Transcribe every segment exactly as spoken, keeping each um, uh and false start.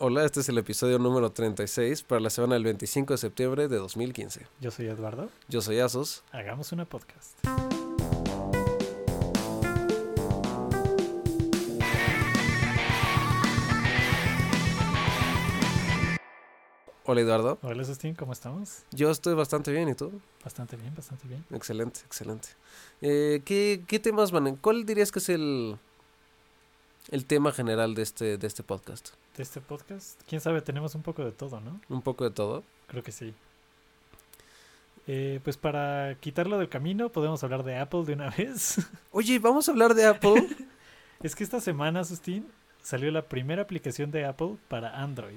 Hola, este es el episodio número treinta y seis para la semana del veinticinco de septiembre de dos mil quince. Yo soy Eduardo. Yo soy Asos. Hagamos una podcast. Hola, Eduardo. Hola, Sustín, ¿cómo estamos? Yo estoy bastante bien, ¿y tú? Bastante bien, bastante bien. Excelente, excelente. Eh, ¿qué, ¿Qué temas van? ¿Cuál dirías que es el, el tema general de este, de este podcast? De este podcast, quién sabe, tenemos un poco de todo, ¿no? Un poco de todo. Creo que sí. Eh, pues para quitarlo del camino, podemos hablar de Apple de una vez. Oye, ¿vamos a hablar de Apple? Es que esta semana, Sustín, salió la primera aplicación de Apple para Android.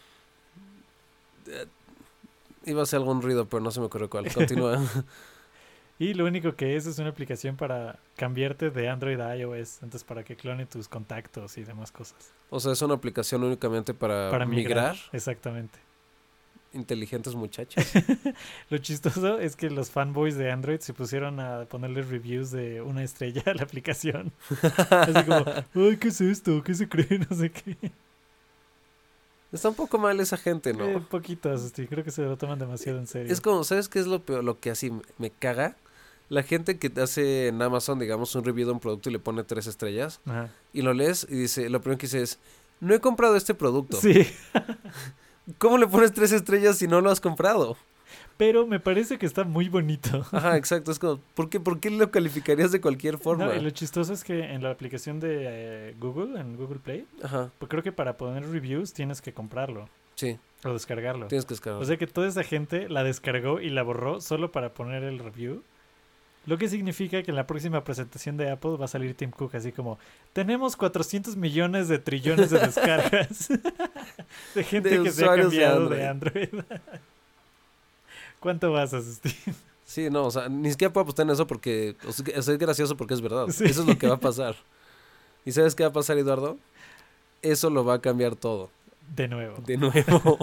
Eh, iba a hacer algún ruido, pero no se me ocurrió cuál. Continúa. Y lo único que es es una aplicación para cambiarte de Android a iOS, entonces para que clone tus contactos y demás cosas. O sea, es una aplicación únicamente para, Para migrar. migrar. Exactamente. Inteligentes muchachos. Lo chistoso es que los fanboys de Android se pusieron a ponerle reviews de una estrella a la aplicación. Así como, ay, ¿qué es esto? ¿Qué se cree? No sé qué. Está un poco mal esa gente, ¿no? Eh, poquito, sí, creo que se lo toman demasiado en serio. Es como, ¿sabes qué es lo peor? Lo que así me caga. La gente que hace en Amazon, digamos, un review de un producto y le pone tres estrellas. Ajá. Y lo lees y dice, lo primero que dice es, no he comprado este producto. Sí, ¿Cómo le pones tres estrellas si no lo has comprado? pero me parece que está muy bonito. Ajá, exacto. Es como, ¿por qué, por qué lo calificarías de cualquier forma? No, y lo chistoso es que en la aplicación de eh, Google, en Google Play, Ajá, pues creo que para poner reviews tienes que comprarlo sí, o descargarlo. tienes que descargar. O sea que toda esa gente la descargó y la borró solo para poner el review. Lo que significa que en la próxima presentación de Apple va a salir Tim Cook así como, tenemos cuatrocientos millones de trillones de descargas de gente De que se ha usuarios de cambiado de Android. ¿Cuánto vas a asistir? Sí, no, o sea, ni siquiera puedo apostar en eso porque, o sea, es gracioso porque es verdad. Sí. Eso es lo que va a pasar. ¿Y sabes qué va a pasar, Eduardo? Eso lo va a cambiar todo. De nuevo. De nuevo.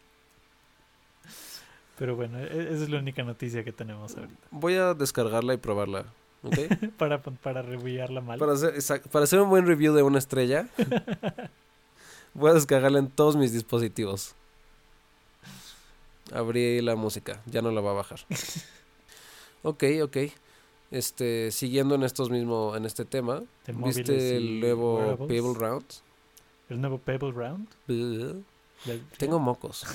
Pero bueno, e- esa es la única noticia que tenemos ahorita. Voy a descargarla y probarla, ¿ok? para, para reviarla mal. Para hacer, exact- para hacer un buen review de una estrella, voy a descargarla en todos mis dispositivos. Abrí la música, ya no la va a bajar. Ok, ok. Este, siguiendo en estos mismo, en este tema, De móviles ¿viste y el nuevo wearables. Pebble Round? El nuevo Pebble Round. Buh. Del- Tengo mocos.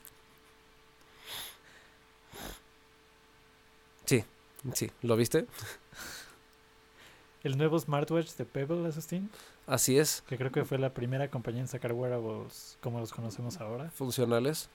Sí, sí, ¿lo viste? El nuevo smartwatch de Pebble, Asustín, Así es, que creo que fue la primera compañía en sacar wearables como los conocemos ahora. funcionales.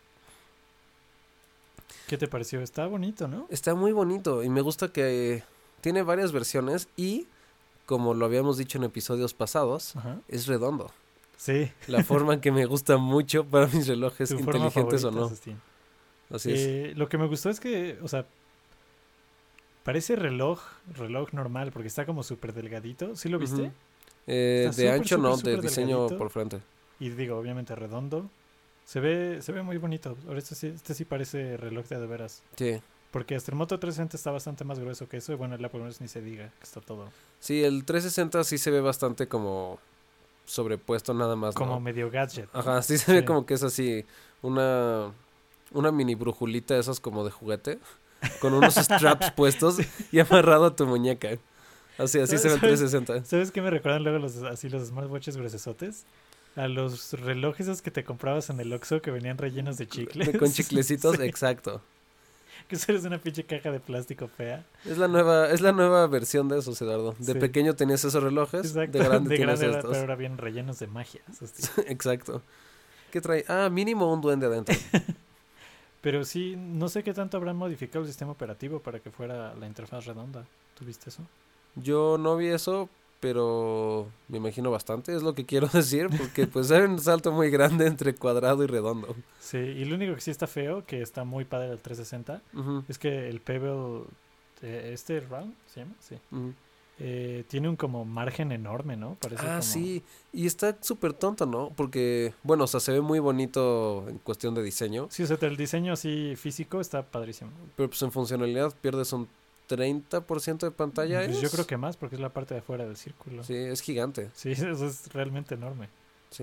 ¿Qué te pareció? Está bonito, ¿no? Está muy bonito y me gusta que tiene varias versiones y, como lo habíamos dicho en episodios pasados, Ajá. es redondo. Sí. La forma que me gusta mucho para mis relojes, Tu forma inteligentes o favorita, no. Asustín. Así es. Eh, lo que me gustó es que, o sea, parece reloj, reloj normal, porque está como súper delgadito. ¿Sí lo viste? Ujú. Eh, Está de súper, ancho no, súper, de súper diseño delgadito. por frente. Y digo, obviamente redondo. Se ve, se ve muy bonito. Ahora este sí, este sí parece reloj de de veras. Sí. Porque hasta el Moto trescientos sesenta está bastante más grueso que eso. Y bueno, el Apple Watch ni se diga, que está todo Sí, el trescientos sesenta sí se ve bastante como sobrepuesto nada más, como ¿no? medio gadget, ¿no? Ajá, sí se ve Sí. como que es así, una, una mini brujulita, esas como de juguete, con unos straps puestos y amarrado a tu muñeca. Así, así se ve el ¿Sabes? trescientos sesenta. ¿Sabes qué me recuerdan luego los, así los smartwatches gruesotes? A los relojes esos que te comprabas en el Oxxo que venían rellenos de chicles. De- Con chiclecitos, Sí. exacto. Que eso es una pinche caja de plástico fea. Es la nueva, es la nueva versión de esos, Eduardo. De Sí. pequeño tenías esos relojes, Exacto. de grande de tienes grande era- estos. pero ahora bien rellenos de magia. Eso sí. Exacto. ¿Qué trae? Ah, mínimo un duende adentro. Pero sí, no sé qué tanto habrán modificado el sistema operativo para que fuera la interfaz redonda. ¿Tuviste eso? Yo no vi eso, pero me imagino bastante, es lo que quiero decir, porque pues hay un salto muy grande entre cuadrado y redondo. Sí, y lo único que sí está feo, que está muy padre del trescientos sesenta, Ujú, es que el Pebble, eh, este Round, ¿se llama? Sí. ujú. Eh, tiene un como margen enorme, ¿no? Parece Ah, como... sí, y está súper tonto, ¿no? Porque, bueno, o sea, se ve muy bonito en cuestión de diseño, Sí, o sea, el diseño así físico está padrísimo. pero pues en funcionalidad pierdes un treinta por ciento de pantalla. Pues ¿es? yo creo que más, porque es la parte de afuera del círculo. Sí, Sí, es gigante, eso es realmente enorme. sí.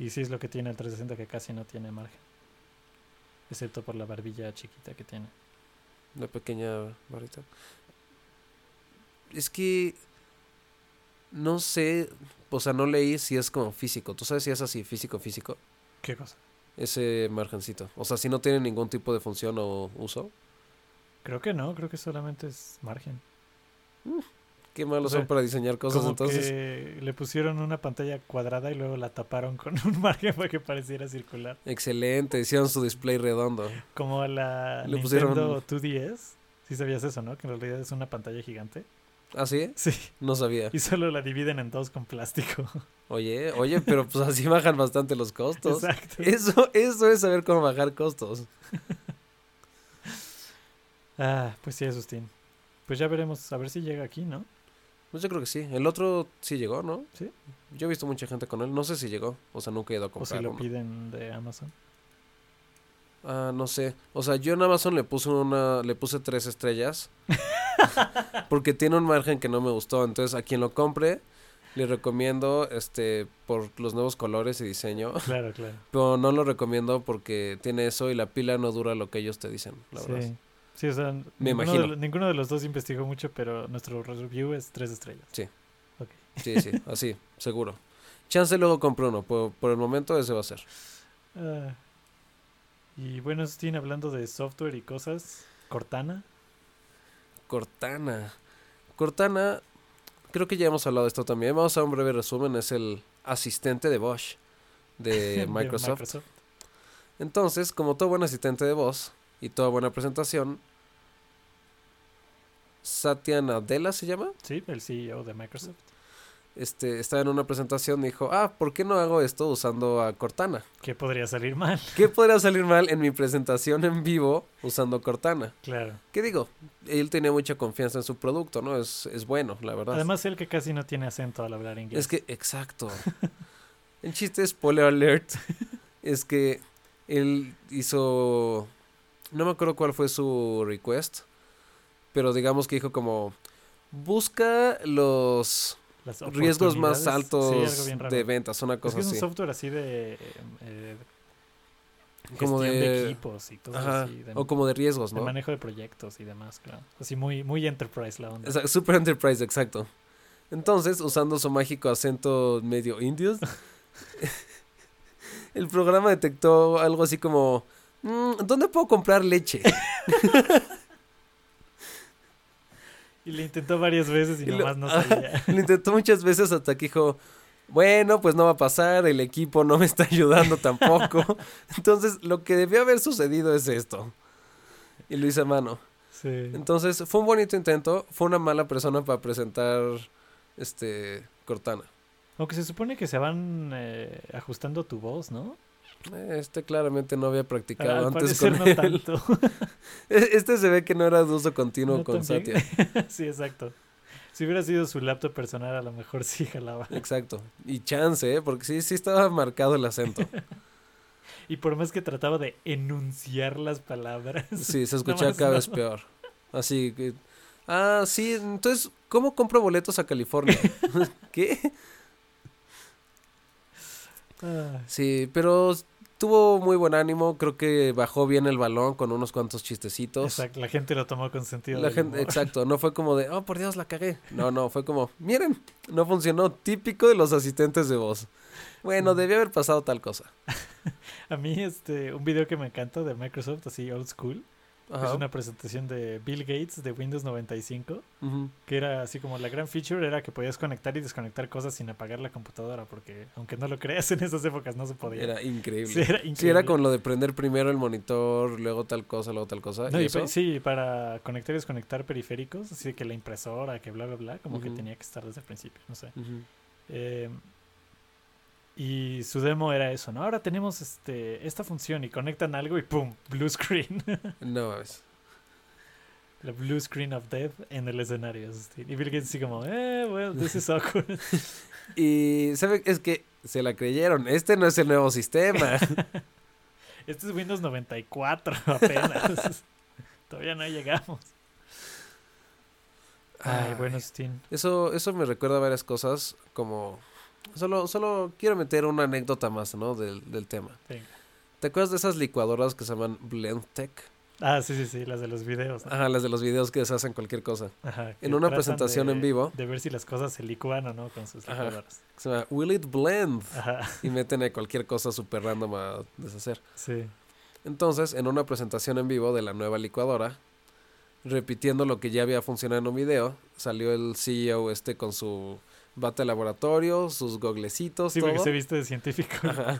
Y sí es lo que tiene el trescientos sesenta, que casi no tiene margen. Excepto por la barbilla chiquita que tiene. La pequeña barrita. Es que no sé, o sea, no leí si es como físico. ¿Tú sabes si es así, físico, físico? ¿Qué cosa? Ese margencito. O sea, si no tiene ningún tipo de función o uso. Creo que no, creo que solamente es margen. Qué malos O sea, son para diseñar cosas Como entonces. que le pusieron una pantalla cuadrada y luego la taparon con un margen para que pareciera circular. Excelente, hicieron su display redondo. Como a la Le Nintendo pusieron- dos D S. Sí sabías eso, ¿no? Que en realidad es una pantalla gigante. ¿Ah, sí? Sí. No sabía. Y solo la dividen en dos con plástico. Oye, oye, pero pues así bajan bastante los costos. Exacto. Eso, eso es saber cómo bajar costos. Ah, pues sí, Asustín. Pues ya veremos, a ver si llega aquí, ¿no? Pues yo creo que sí. El otro sí llegó, ¿no? Sí. Yo he visto mucha gente con él. No sé si llegó. O sea, nunca he ido a O comprar si lo uno. piden de Amazon. Ah, no sé. O sea, yo en Amazon le puse una, le puse tres estrellas. Porque tiene un margen que no me gustó. Entonces, a quien lo compre, le recomiendo, este, por los nuevos colores y diseño. Claro, claro. Pero no lo recomiendo porque tiene eso y la pila no dura lo que ellos te dicen, la verdad. Sí. Sí, o sea, Me ninguno, imagino. De, lo- ninguno de los dos investigó mucho, pero nuestro review es tres estrellas. Sí. Ok. Sí, sí, así, seguro. Chance luego compro uno. Por, por el momento ese va a ser. Ah, y bueno, Asustín, hablando de software y cosas, Cortana. Cortana. Cortana, creo que ya hemos hablado de esto también. Vamos a dar un breve resumen. Es el asistente de Bosch de de Microsoft. Microsoft. Entonces, como todo buen asistente de voz y toda buena presentación, Satya Nadella se llama. Sí, el C E O de Microsoft. Este, estaba en una presentación y dijo, ah, ¿por qué no hago esto usando a Cortana? ¿Qué podría salir mal? ¿Qué podría salir mal en mi presentación en vivo usando Cortana? Claro. ¿Qué digo? Él tenía mucha confianza en su producto, ¿no? Es, es bueno, la verdad. Además, él que casi no tiene acento al hablar inglés. Es que, exacto. El chiste, spoiler alert, es que él hizo, no me acuerdo cuál fue su request, pero digamos que dijo como, busca los Las riesgos más oportunidades. Sí, altos algo bien raro. de ventas, una Es cosa que es un así. software así de eh, Como gestión de... de- equipos y cosas Ajá, así. De, o como de riesgos, de ¿no? manejo de proyectos y demás, claro. Así muy, muy enterprise la onda. O sea, Super Enterprise, exacto. Entonces, usando su mágico acento medio indio, el programa detectó algo así como, "Mm, ¿dónde puedo comprar leche?" Y le intentó varias veces y, Y lo- nomás no ajá. salía. Lo intentó muchas veces hasta que dijo, bueno, pues no va a pasar, el equipo no me está ayudando tampoco. Entonces, lo que debió haber sucedido es esto. Y lo hice a mano. Sí. Entonces, fue un bonito intento, fue una mala persona para presentar este Cortana. Aunque se supone que se van eh, ajustando tu voz, ¿no? Este claramente no había Al, practicado al antes parecer con no él. tanto. Este se ve que no era de uso continuo No con tan bien. Satya. Sí, exacto. Si hubiera sido su laptop personal, a lo mejor sí jalaba. Exacto. Y chance, ¿eh? Porque sí, sí estaba marcado el acento. Y por más que trataba de enunciar las palabras. Sí, se escuchaba Nomás cada no. vez peor. Así que... Ah, sí, entonces, ¿cómo compro boletos a California? ¿Qué? Ah, Sí, pero tuvo muy buen ánimo. Creo que bajó bien el balón con unos cuantos chistecitos. exacto, la gente lo tomó con sentido La del gente, humor. exacto, no fue como de, oh, por Dios, la cagué. No, no, fue como, miren, no funcionó. Típico de los asistentes de voz. Bueno, Sí. debió haber pasado tal cosa. A mí, este, un video que me encanta de Microsoft, así old school, Ajá. es una presentación de Bill Gates de Windows noventa y cinco, Ujú. que era así como la gran feature era que podías conectar y desconectar cosas sin apagar la computadora, porque aunque no lo creas, en esas épocas no se podía. Era increíble. Sí, era Sí, increíble. era con lo de prender primero el monitor, luego tal cosa, luego tal cosa. No, ¿Y y eso? pa- sí, para conectar y desconectar periféricos, así que la impresora, que bla, bla, bla, como que Ujú. tenía que estar desde el principio, no sé. Ujú. Eh, y su demo era eso, ¿no? Ahora tenemos este esta función y conectan algo y ¡pum! Blue screen. No mames. La blue screen of death en el escenario. Así. Y Bill Gates así como, eh, well, this is awkward. Y, ¿sabe? Es que se la creyeron. Este no es el nuevo sistema. Este es Windows noventa y cuatro apenas. Todavía no llegamos. Ay, Ay, bueno, Steam. Eso, eso me recuerda a varias cosas, como Solo, solo quiero meter una anécdota más, ¿no? Del, del tema. Venga. ¿Te acuerdas de esas licuadoras que se llaman Blendtec? Ah, sí, sí, sí, las de los videos, ¿no? Ajá, las de los videos que deshacen cualquier cosa. Ajá, que En una tratan presentación de- en vivo, De ver si las cosas se licúan o no con sus Ajá. licuadoras. se llama Will It Blend? Ajá, Y meten ahí cualquier cosa súper random a deshacer. sí. Entonces, en una presentación en vivo de la nueva licuadora, repitiendo lo que ya había funcionado en un video, salió el C E O este con su bata de laboratorio, sus goglecitos, Sí, todo. porque se viste de científico. Ajá.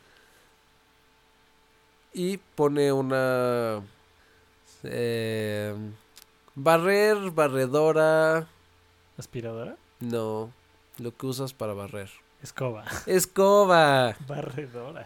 Y pone una... eh, barrer, barredora... ¿Aspiradora? No, lo que usas para barrer. Escoba. ¡Escoba! Barredora.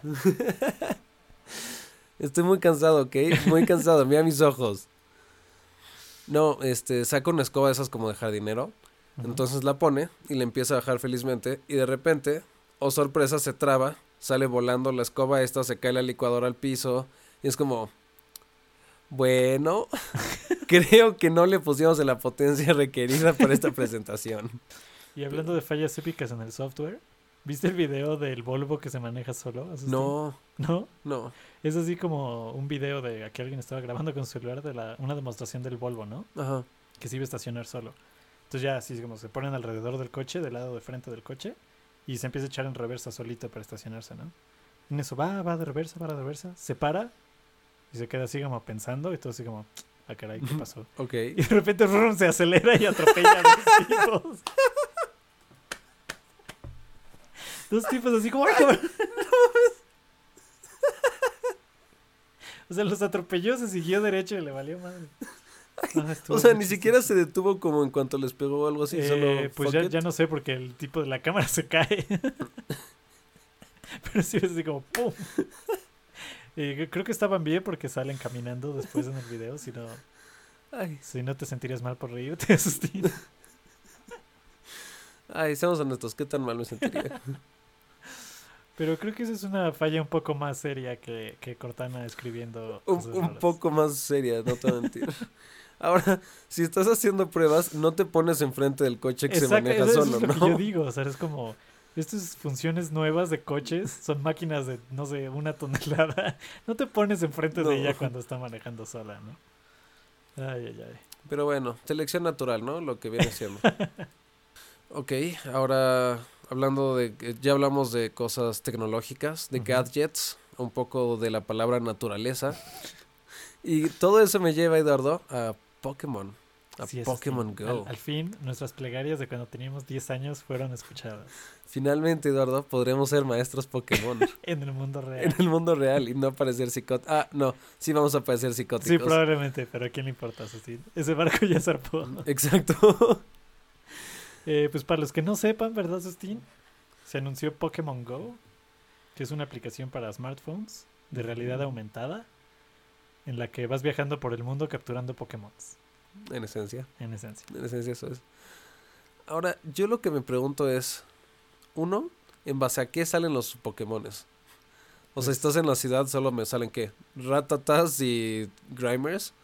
Estoy muy cansado, ¿ok? Muy cansado, mira mis ojos. No, este, saca una escoba de esas como de jardinero. Ujú. Entonces la pone y le empieza a bajar felizmente. Y de repente, oh sorpresa, se traba. Sale volando la escoba esta, se cae la licuadora al piso. Y es como... Bueno, creo que no le pusimos la potencia requerida para esta presentación. Y hablando de fallas épicas en el software, ¿viste el video del Volvo que se maneja solo? Asustín? No, ¿No? no. Es así como un video de que alguien estaba grabando con su celular de la, una demostración del Volvo, ¿no? Ajá. Que se iba a estacionar solo. Entonces ya así como se ponen alrededor del coche, del lado de frente del coche, y se empieza a echar en reversa solito para estacionarse, ¿no? En eso va, va de reversa, va de reversa, se para y se queda así como pensando y todo así como, ah caray, ¿qué pasó? Ok. Y de repente rum, se acelera y atropella a dos tipos. Dos tipos así como... ¡ay, cabrón! O sea, los atropelló, se siguió derecho y le valió madre. Ah, estuvo O sea, muy ni siquiera chistoso. se detuvo como en cuanto les pegó o algo así. Eh, solo pues fuck ya, it. ya no sé porque el tipo de la cámara se cae. Pero sí es así como ¡pum! Eh, creo que estaban bien porque salen caminando después en el video. Si no, Ay, si no te sentirías mal por reírte, Asustín. ay, seamos honestos, ¿qué tan mal me sentiría? Pero creo que esa es una falla un poco más seria que, que Cortana escribiendo. un, cosas un raras. poco más seria, no te voy a mentir. Ahora, si estás haciendo pruebas, no te pones enfrente del coche que Exacto, se maneja eso, eso solo, es lo ¿no? que yo digo. O sea, es como. Estas funciones nuevas de coches son máquinas de, no sé, una tonelada. No te pones enfrente No. de ella cuando está manejando sola, ¿no? Ay, ay, ay. Pero bueno, selección natural, ¿no? Lo que viene siendo. Ok, ahora hablando de... Ya hablamos de cosas tecnológicas, de Ujú. gadgets, un poco de la palabra naturaleza. Y todo eso me lleva, Eduardo, a Pokémon. A Sí, eso sí. Pokémon Go. Al, al fin, nuestras plegarias de cuando teníamos diez años fueron escuchadas Finalmente, Eduardo, podremos ser maestros Pokémon en el mundo en real. el mundo real y no parecer psicóticos. Ah, no, sí vamos a parecer psicóticos. Sí, probablemente, pero ¿a quién le importa, Asustín? Ese barco ya zarpó. Exacto. Eh, pues para los que no sepan, ¿verdad, Asustín? Se anunció Pokémon Go, que es una aplicación para smartphones de realidad aumentada en la que vas viajando por el mundo capturando Pokémon, En esencia, en esencia. en esencia eso es. Ahora, yo lo que me pregunto es, uno, ¿en base a qué salen los Pokémones? O sea, Pues- estás en la ciudad, solo me salen ¿qué? Ratatas y Grimers.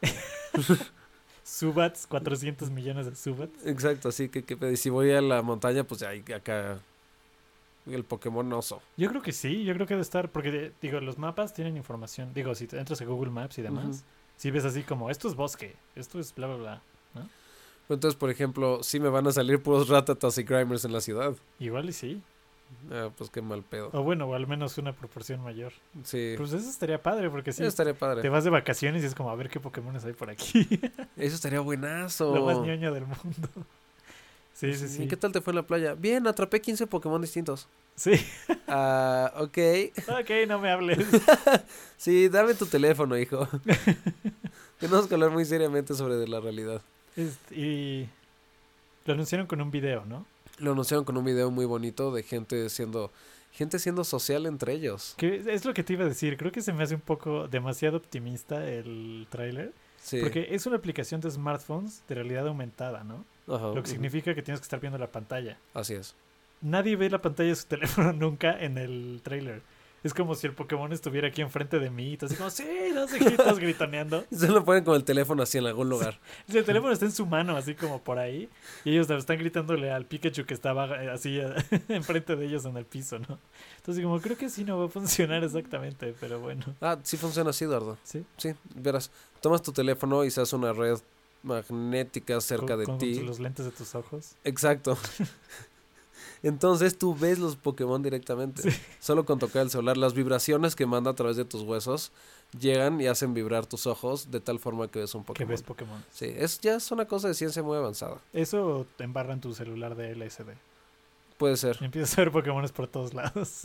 Subats, cuatrocientos millones de Subats. Exacto, así que, que si voy a la montaña, pues ahí acá el Pokémon oso. Yo creo que sí, yo creo que debe estar, porque de- digo, los mapas tienen información. Digo, si te entras a Google Maps y demás, Ujú. si ves así como, esto es bosque, esto es bla, bla, bla. Entonces, por ejemplo, sí me van a salir puros Ratatas y Grimers en la ciudad. Igual y sí. Ah, pues qué mal pedo. O bueno, o al menos una proporción mayor. Sí, Pues eso estaría padre, porque sí, eso estaría padre. te vas de vacaciones y es como, a ver qué Pokémones hay por aquí. Eso estaría buenazo. Lo más ñoño del mundo. Sí, sí, sí. ¿Y qué tal te fue en la playa? Bien, atrapé quince Pokémon distintos. Sí, Ah, ok. ok, no me hables. Sí, dame tu teléfono, hijo. Tenemos que hablar muy seriamente sobre la realidad. Este, y lo anunciaron con un video, ¿no? Lo anunciaron con un video muy bonito de gente siendo gente siendo social entre ellos. Que es lo que te iba a decir. Creo que se me hace un poco demasiado optimista el tráiler. Sí. Porque es una aplicación de smartphones de realidad aumentada, ¿no? Ajá, Lo que ujú. significa que tienes que estar viendo la pantalla. Así es. Nadie ve la pantalla de su teléfono nunca en el tráiler. Es como si el Pokémon estuviera aquí enfrente de mí. Y tú así como, sí, no sé qué, estás gritoneando. Se lo ponen con el teléfono así en algún lugar. Sí, el teléfono está en su mano, así como por ahí. Y ellos están gritándole al Pikachu que estaba eh, así eh, enfrente de ellos en el piso, ¿no? Entonces, como, creo que así no va a funcionar exactamente, pero bueno. Ah, sí funciona así, Eduardo. Sí. Sí, verás. Tomas tu teléfono y se hace una red magnética cerca Con, de con ti. los lentes de tus ojos. Exacto. Entonces tú ves los Pokémon directamente. Sí. Solo con tocar el celular. Las vibraciones que manda a través de tus huesos llegan y hacen vibrar tus ojos de tal forma que ves un Que Pokémon. ves Pokémon. Sí, es, ya es una cosa de ciencia muy avanzada. Eso te embarra en tu celular de L S D. Puede ser. Y empiezas a ver Pokémones por todos lados.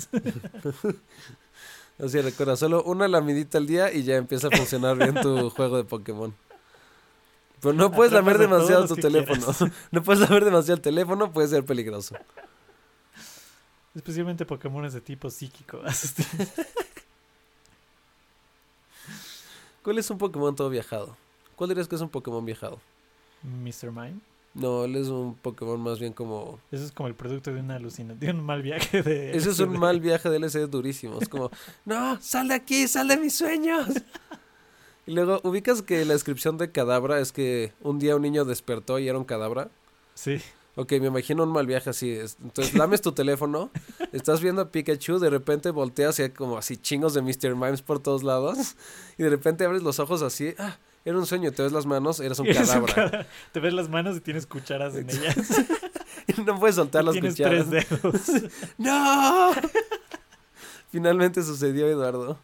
Así recuerda, solo una lamidita al día y ya empieza a funcionar bien tu juego de Pokémon. Pero no puedes Atrapas lamer a todos demasiado los tu que teléfono. quieras. No puedes lamer demasiado el teléfono, puede ser peligroso. Especialmente Pokémones de tipo psíquico. Asustín. ¿Cuál es un Pokémon todo viajado? ¿Cuál dirías que es un Pokémon viajado? mister Mime. No, él es un Pokémon más bien como... Eso es como el producto de una alucinación, de un mal viaje de... Ese es un L S D. mal viaje de L S D durísimo. Es como, no, sal de aquí, sal de mis sueños. Y luego, ubicas que la descripción de Cadabra es que un día un niño despertó y era un Cadabra. Sí. Ok, me imagino un mal viaje así. Entonces, lames tu teléfono, estás viendo a Pikachu, de repente volteas y hay como así chingos de mister Mimes por todos lados. Y de repente abres los ojos así, ah, era un sueño, te ves las manos, eres un Eres un Cadabra. cada- Te ves las manos y tienes cucharas en ellas. Y no puedes soltar las Tienes cucharas. tres dedos. ¡No! Finalmente sucedió, Eduardo.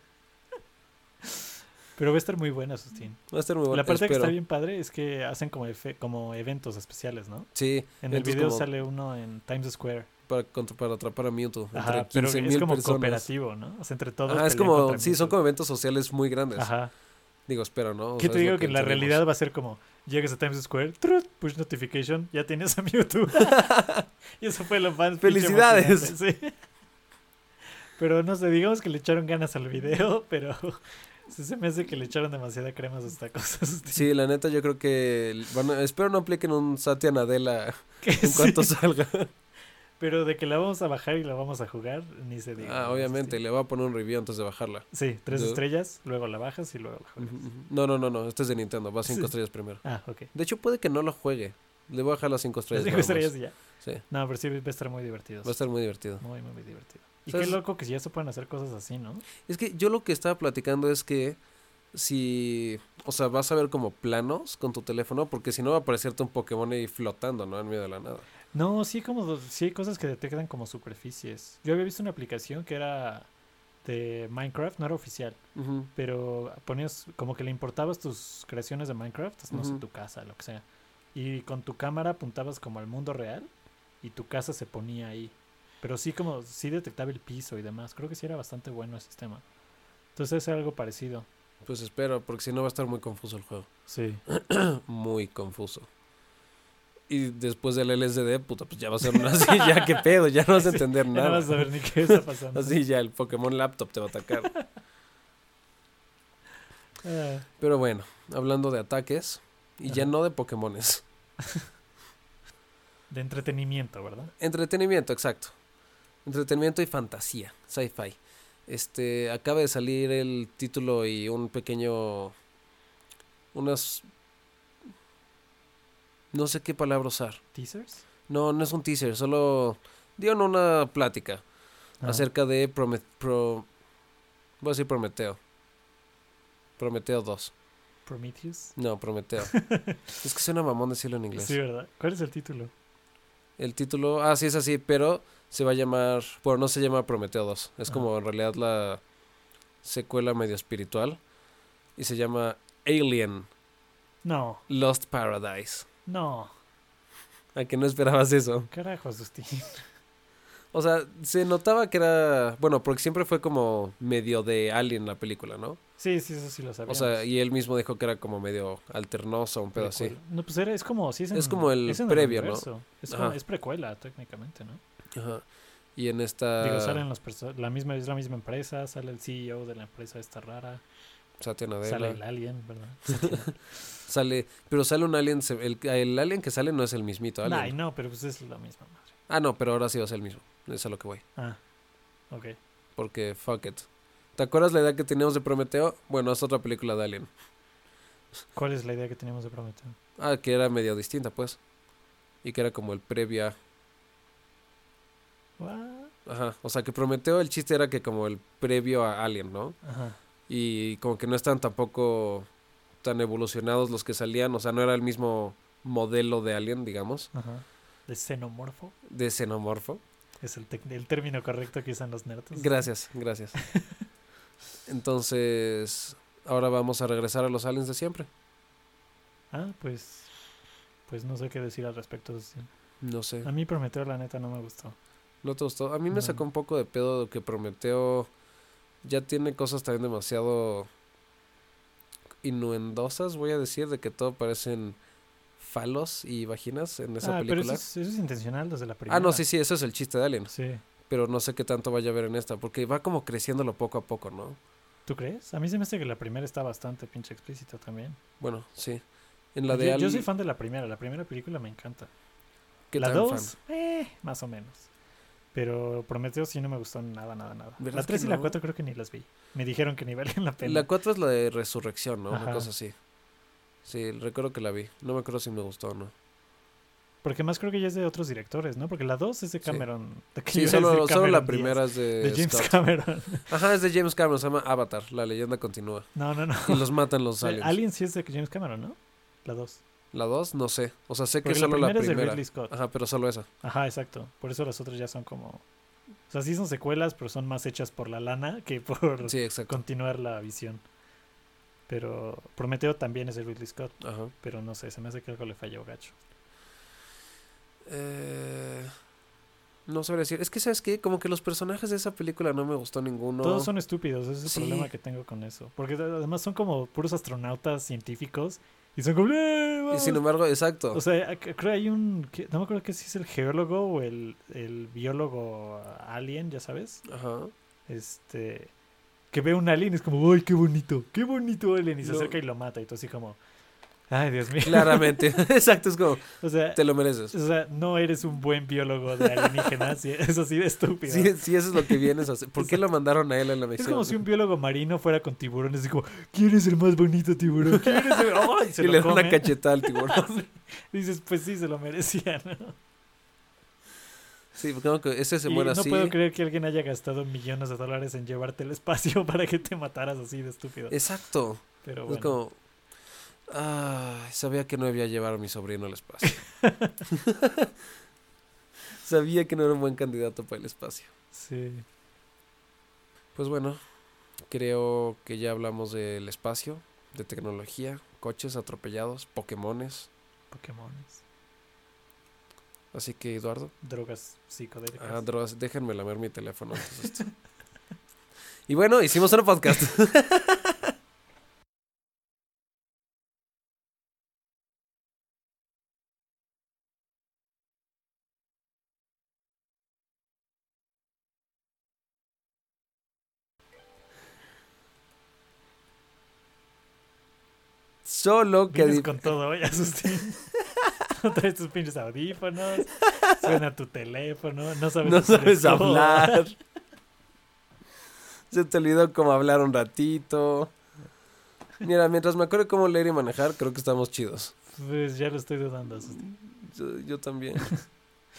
Pero va a estar muy buena, Asustín. Va a estar muy bueno. La parte que espero. está bien padre es que hacen como, efe- como eventos especiales, ¿no? Sí, En el eventos video como sale uno en Times Square. para, contra- para atrapar a Mewtwo. Ajá, entre pero quince es mil como personas. cooperativo, ¿no? O sea, entre todos. Ah, es pelean como, contra sí, son Mewtwo. como eventos sociales muy grandes. Ajá. Digo, espero, ¿no? O ¿Qué sea, te es digo? lo Que en la entendemos. realidad va a ser como, llegas a Times Square, trut, push notification, ya tienes a Mewtwo. Y eso fue lo más pinche ¡Felicidades! emocionante, sí. Pero no sé, digamos que le echaron ganas al video, pero sí se me hace que le echaron demasiada crema a sus tacos. Sí, la neta, yo creo que. Van a- espero no apliquen un Satya Nadella Que en cuanto sí. salga. Pero de que la vamos a bajar y la vamos a jugar, ni se diga. Ah, ¿no? obviamente, Sí, le voy a poner un review antes de bajarla. sí, tres Yo- estrellas, luego la bajas y luego la juegas. Ujú, ujú. No, no, no, no, este es de Nintendo, va a cinco Sí. estrellas primero. Ah, ok. De hecho, puede que no lo juegue. Le voy a bajar las cinco Las estrellas. cinco nada más. estrellas y ya. Sí, No, pero sí va a estar muy divertido. va a estar muy divertido. Muy, muy divertido. Y ¿Sabes? qué loco que ya se pueden hacer cosas así, ¿no? Es que yo lo que estaba platicando es que si, o sea, vas a ver como planos con tu teléfono, porque si no va a aparecerte un Pokémon ahí flotando, ¿no? En medio de la nada. No, sí, como, sí hay cosas que detectan como superficies. Yo había visto una aplicación que era de Minecraft, no era oficial, Ujú. pero ponías como que le importabas tus creaciones de Minecraft, no sé, Ujú. tu casa, lo que sea. Y con tu cámara apuntabas como al mundo real y tu casa se ponía ahí. Pero sí como, sí detectaba el piso y demás. Creo que sí era bastante bueno el sistema. Entonces es algo parecido. Pues espero, porque si no va a estar muy confuso el juego. Sí. Muy confuso. Y después del L S D, puta, pues ya va a ser una así, ya qué pedo, ya no vas a entender Ya no nada. vas a saber ni qué está pasando. Así ya el Pokémon Laptop te va a atacar. Ah, Pero bueno, hablando de ataques, y ya Ajá. no de Pokémones. de entretenimiento, ¿verdad? Entretenimiento, exacto. Entretenimiento y fantasía, sci-fi. Este, acaba de salir el título y un pequeño... Unas... No sé qué palabra usar. ¿Teasers? No, no es un teaser, solo dieron una plática Ah, acerca de Promet Pro... Voy a decir Prometeo. Prometeo dos. Prometheus. No, Prometeo. Es que suena mamón decirlo en inglés. Sí, ¿verdad? ¿Cuál es el título? El título, ah, sí es así, pero se va a llamar, bueno, no se llama Prometeo dos, es Ajá. como en realidad la secuela medio espiritual y se llama Alien No, Lost Paradise. no. ¿A que no esperabas eso? Carajo, Asustín. O sea, se notaba que era, bueno, porque siempre fue como medio de Alien la película, ¿no? Sí, sí, eso sí lo O sabíamos. sea, y él mismo dijo que era como medio alternoso, un pedo así. Precuela. No, pues era, es como, sí es, en- Es como el es en previo, ¿no? universo. Es, como, Ajá. es precuela, técnicamente, ¿no? Ajá. Y en esta... Digo, salen los perso- la misma, es la misma empresa, sale el C E O de la empresa esta rara, Satya Nadella. sale el alien, ¿verdad? Sale, pero sale un alien, se- el, el alien que sale no es el mismito alien. Ay, no, pero pues es la misma madre. Ah, no, pero ahora sí va a ser el mismo. Es a lo que voy. Ah, ok. porque fuck it. ¿Te acuerdas la idea que teníamos de Prometeo? Bueno, es otra película de Alien. ¿Cuál es la idea que teníamos de Prometeo? Ah, que era medio distinta, pues. Y que era como el previa. What? Ajá. O sea, que Prometeo, el chiste era que como el previo a Alien, ¿no? Ajá. Y como que no están tampoco tan evolucionados los que salían. O sea, no era el mismo modelo de Alien, digamos. Ajá. ¿De xenomorfo? De xenomorfo. Es el, tec- el término correcto que usan los nerds. Gracias, gracias. Entonces, ahora vamos a regresar a los aliens de siempre. Ah, pues... Pues no sé qué decir al respecto. de eso. No sé. A mí Prometeo, la neta, no me gustó. ¿No te gustó? A mí me No. sacó un poco de pedo que Prometeo ya tiene cosas también demasiado innuendosas, voy a decir, de que todo parecen falos y vaginas en esa ah, pero película. eso es, eso es intencional desde la primera. Ah, no, sí, sí, eso es el chiste de Alien. Sí. Pero no sé qué tanto vaya a ver en esta, porque va como creciéndolo poco a poco, ¿no? ¿Tú crees? A mí se me hace que la primera está bastante pinche explícita también. Bueno, sí. En la yo, de Al- yo soy fan de la primera. La primera película me encanta. ¿Qué La tan dos, fan? eh, más o menos. Pero Prometeo sí no me gustó nada, nada, nada. ¿Verdad La que tres y la no? cuatro creo que ni las vi. Me dijeron que ni valían la pena. La cuatro es la de Resurrección, ¿no? Una Ajá. cosa así. Sí, recuerdo que la vi. No me acuerdo si me gustó o no. Porque más creo que ya es de otros directores, ¿no? Porque la dos es de Sí. Cameron. ¿De qué Sí, iba a solo, decir solo la Cameron primera Díaz? es de, De James Scott. Cameron. Ajá, es de James Cameron, se llama Avatar, la leyenda continúa. No, no, no. Y los matan los aliens. Alien sí es de James Cameron, ¿no? La dos. La dos, no sé. O sea, sé que Porque la solo la primera es de primera. Ridley Scott. Ajá, pero solo esa. Ajá, exacto. Por eso las otras ya son como... O sea, sí son secuelas, pero son más hechas por la lana que por Sí, exacto. continuar la visión. Pero Prometeo también es de Ridley Scott. Ajá. Pero no sé, se me hace que algo le falló gacho. Eh, no sabría decir. Es que, ¿sabes qué? Como que los personajes de esa película no me gustó ninguno. Todos son estúpidos, ese es el Sí. problema que tengo con eso. Porque además son como puros astronautas científicos y son como... "Eh, Y vamos". sin embargo, exacto. O sea, ac- creo que hay un... que- no me acuerdo que si es el geólogo o el, el biólogo alien, ya sabes. Ajá. Este... Que ve un alien y es como, ¡ay, qué bonito! ¡Qué bonito alien! Y se Lo- acerca y lo mata. Y tú así como, ¡ay, Dios mío! Claramente. Exacto, es como, O sea, te lo mereces. o sea, no eres un buen biólogo de alienígenas. y es así de estúpido. Sí, sí, eso es lo que vienes a hacer. ¿Por qué lo mandaron a él en la Es misión? como si un biólogo marino fuera con tiburones y como, ¿quién es el más bonito tiburón? ¿Quién es el...? ¡Ay! Se y lo le da come. una cachetada al tiburón. Dices, pues sí, se lo merecía, ¿no? Sí, porque como que ese se Y muere no así. puedo creer que alguien haya gastado millones de dólares en llevarte al espacio para que te mataras así de estúpido. Exacto. Pero Es bueno, como... Ay, sabía que no debía llevar a mi sobrino al espacio. Sabía que no era un buen candidato para el espacio. sí. Pues bueno, creo que ya hablamos del espacio, de tecnología, coches atropellados, Pokémones. Pokémones. Así que, Eduardo, Drogas psicodélicas. ah, drogas, déjenme lamer mi teléfono. antes de esto. Y bueno, hicimos un podcast. Solo que... Vienes di- con todo hoy, Asustín. Traes tus pinches audífonos. Suena tu teléfono. No sabes, No hacer sabes scroll. hablar. Se te olvidó cómo hablar un ratito. Mira, mientras me acuerdo cómo leer y manejar, creo que estamos chidos. Pues ya lo estoy dudando, Asustín. Yo, yo también.